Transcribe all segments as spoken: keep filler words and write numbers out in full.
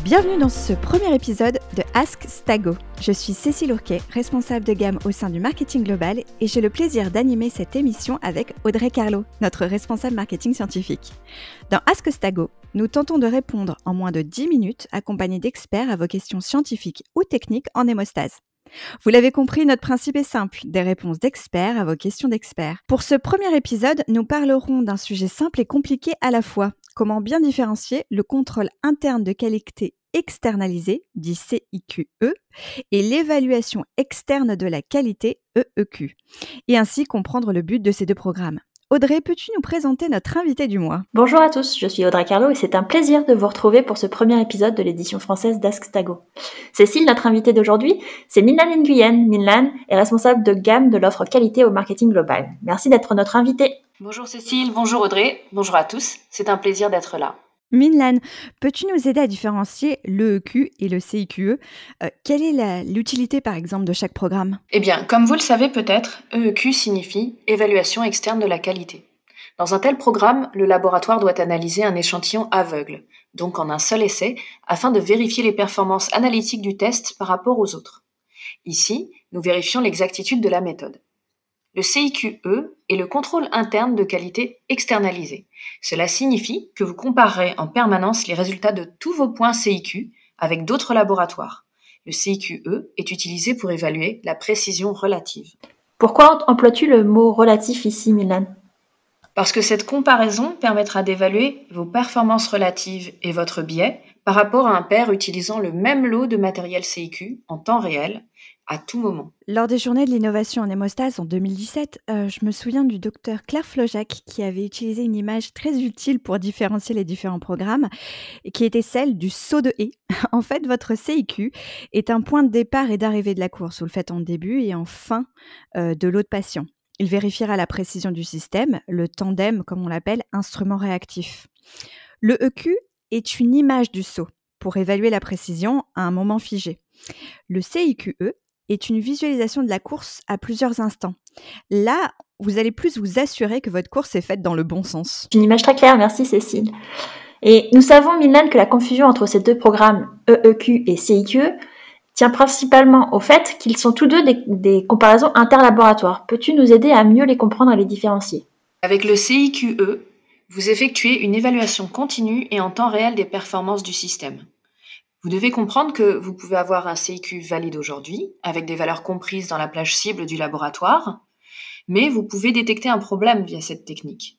Bienvenue dans ce premier épisode de Ask Stago. Je suis Cécile Ourquet, responsable de gamme au sein du marketing global et j'ai le plaisir d'animer cette émission avec Audrey Carlo, notre responsable marketing scientifique. Dans Ask Stago, nous tentons de répondre en moins de dix minutes accompagnés d'experts à vos questions scientifiques ou techniques en hémostase. Vous l'avez compris, notre principe est simple, des réponses d'experts à vos questions d'experts. Pour ce premier épisode, nous parlerons d'un sujet simple et compliqué à la fois. Comment bien différencier le contrôle interne de qualité externalisé, dit C I Q E, et l'évaluation externe de la qualité, E E Q, et ainsi comprendre le but de ces deux programmes. Audrey, peux-tu nous présenter notre invitée du mois ? Bonjour à tous, je suis Audrey Carlo et c'est un plaisir de vous retrouver pour ce premier épisode de l'édition française d'Ask Stago. Cécile, notre invitée d'aujourd'hui, c'est Minh-Lan Nguyen. Minh-Lan est responsable de gamme de l'offre qualité au marketing global. Merci d'être notre invitée. Bonjour Cécile, bonjour Audrey, bonjour à tous, c'est un plaisir d'être là. Minh-Lan, peux-tu nous aider à différencier l'E E Q et le C I Q E ? euh, Quelle est la, l'utilité par exemple de chaque programme ? Eh bien, comme vous le savez peut-être, E E Q signifie évaluation externe de la qualité. Dans un tel programme, le laboratoire doit analyser un échantillon aveugle, donc en un seul essai, afin de vérifier les performances analytiques du test par rapport aux autres. Ici, nous vérifions l'exactitude de la méthode. Le C I Q E est le contrôle interne de qualité externalisé. Cela signifie que vous comparerez en permanence les résultats de tous vos points C I Q avec d'autres laboratoires. Le C I Q E est utilisé pour évaluer la précision relative. Pourquoi emploies-tu le mot relatif ici, Minh-Lan ? Parce que cette comparaison permettra d'évaluer vos performances relatives et votre biais par rapport à un pair utilisant le même lot de matériel C I Q en temps réel, à tout moment. Lors des journées de l'innovation en hémostase en deux mille dix-sept, euh, je me souviens du docteur Claire Flojac qui avait utilisé une image très utile pour différencier les différents programmes, et qui était celle du saut de haie. En fait, votre C I Q est un point de départ et d'arrivée de la course. Vous le faites en début et en fin euh, de lot de patient. Il vérifiera la précision du système, le tandem, comme on l'appelle, instrument réactif. Le E Q est une image du saut pour évaluer la précision à un moment figé. Le C I Q E est une visualisation de la course à plusieurs instants. Là, vous allez plus vous assurer que votre course est faite dans le bon sens. Une image très claire, merci Cécile. Et nous savons, Minh-Lan, que la confusion entre ces deux programmes E E Q et C I Q E tient principalement au fait qu'ils sont tous deux des, des comparaisons interlaboratoires. Peux-tu nous aider à mieux les comprendre et les différencier ? Avec le C I Q E, vous effectuez une évaluation continue et en temps réel des performances du système. Vous devez comprendre que vous pouvez avoir un C I Q valide aujourd'hui, avec des valeurs comprises dans la plage cible du laboratoire, mais vous pouvez détecter un problème via cette technique.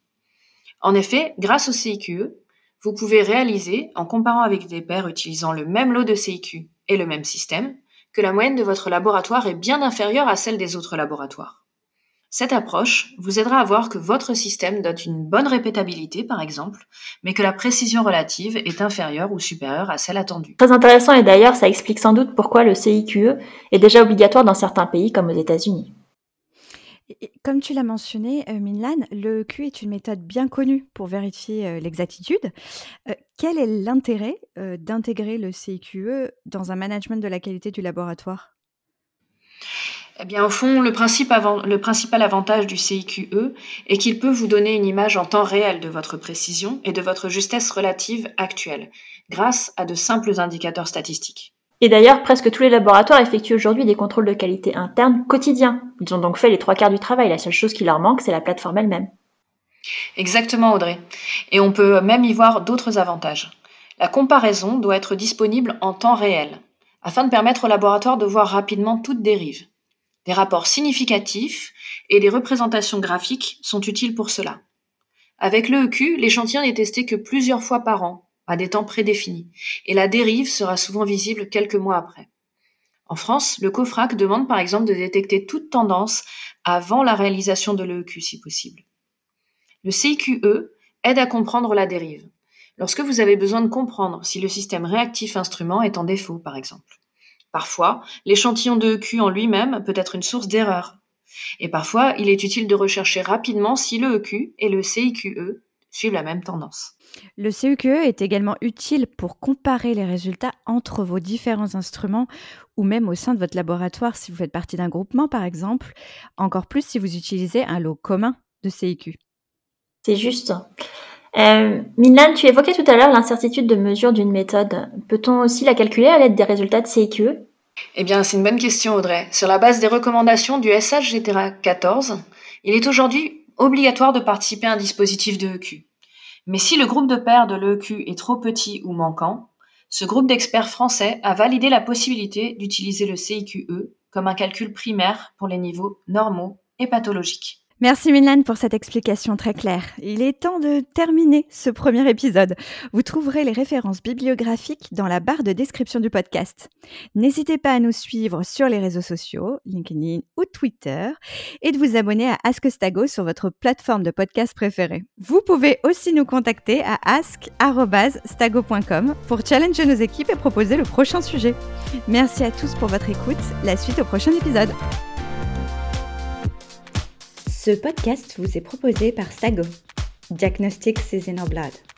En effet, grâce au C I Q E, vous pouvez réaliser, en comparant avec des pairs utilisant le même lot de C I Q et le même système, que la moyenne de votre laboratoire est bien inférieure à celle des autres laboratoires. Cette approche vous aidera à voir que votre système donne une bonne répétabilité, par exemple, mais que la précision relative est inférieure ou supérieure à celle attendue. Très intéressant et d'ailleurs, ça explique sans doute pourquoi le C I Q E est déjà obligatoire dans certains pays comme aux États-Unis. Et comme tu l'as mentionné, euh, Minh-Lan, l'E E Q est une méthode bien connue pour vérifier euh, l'exactitude. Euh, quel est l'intérêt euh, d'intégrer le C I Q E dans un management de la qualité du laboratoire ? Eh bien, au fond, le, principe avant, le principal avantage du C I Q E est qu'il peut vous donner une image en temps réel de votre précision et de votre justesse relative actuelle, grâce à de simples indicateurs statistiques. Et d'ailleurs, presque tous les laboratoires effectuent aujourd'hui des contrôles de qualité internes quotidiens. Ils ont donc fait les trois quarts du travail. La seule chose qui leur manque, c'est la plateforme elle-même. Exactement, Audrey. Et on peut même y voir d'autres avantages. La comparaison doit être disponible en temps réel, afin de permettre au laboratoire de voir rapidement toute dérive. Des rapports significatifs et des représentations graphiques sont utiles pour cela. Avec l'E E Q, l'échantillon n'est testé que plusieurs fois par an, à des temps prédéfinis, et la dérive sera souvent visible quelques mois après. En France, le COFRAC demande par exemple de détecter toute tendance avant la réalisation de l'E E Q si possible. Le C I Q E aide à comprendre la dérive, lorsque vous avez besoin de comprendre si le système réactif instrument est en défaut par exemple. Parfois, l'échantillon de E E Q en lui-même peut être une source d'erreur. Et parfois, il est utile de rechercher rapidement si le E E Q et le C I Q E suivent la même tendance. Le C I Q E est également utile pour comparer les résultats entre vos différents instruments ou même au sein de votre laboratoire si vous faites partie d'un groupement par exemple, encore plus si vous utilisez un lot commun de C I Q. C'est juste. Euh, Minlan, tu évoquais tout à l'heure l'incertitude de mesure d'une méthode. Peut-on aussi la calculer à l'aide des résultats de C I Q E ? Eh bien, c'est une bonne question, Audrey. Sur la base des recommandations du S H G T R A quatorze, il est aujourd'hui obligatoire de participer à un dispositif de E Q. Mais si le groupe de pairs de l'E E Q est trop petit ou manquant, ce groupe d'experts français a validé la possibilité d'utiliser le C I Q E comme un calcul primaire pour les niveaux normaux et pathologiques. Merci Minlan pour cette explication très claire. Il est temps de terminer ce premier épisode. Vous trouverez les références bibliographiques dans la barre de description du podcast. N'hésitez pas à nous suivre sur les réseaux sociaux, LinkedIn ou Twitter, et de vous abonner à Ask Stago sur votre plateforme de podcast préférée. Vous pouvez aussi nous contacter à ask arobase stago point com pour challenger nos équipes et proposer le prochain sujet. Merci à tous pour votre écoute. La suite au prochain épisode. Ce podcast vous est proposé par Stago. Diagnostics is in our blood.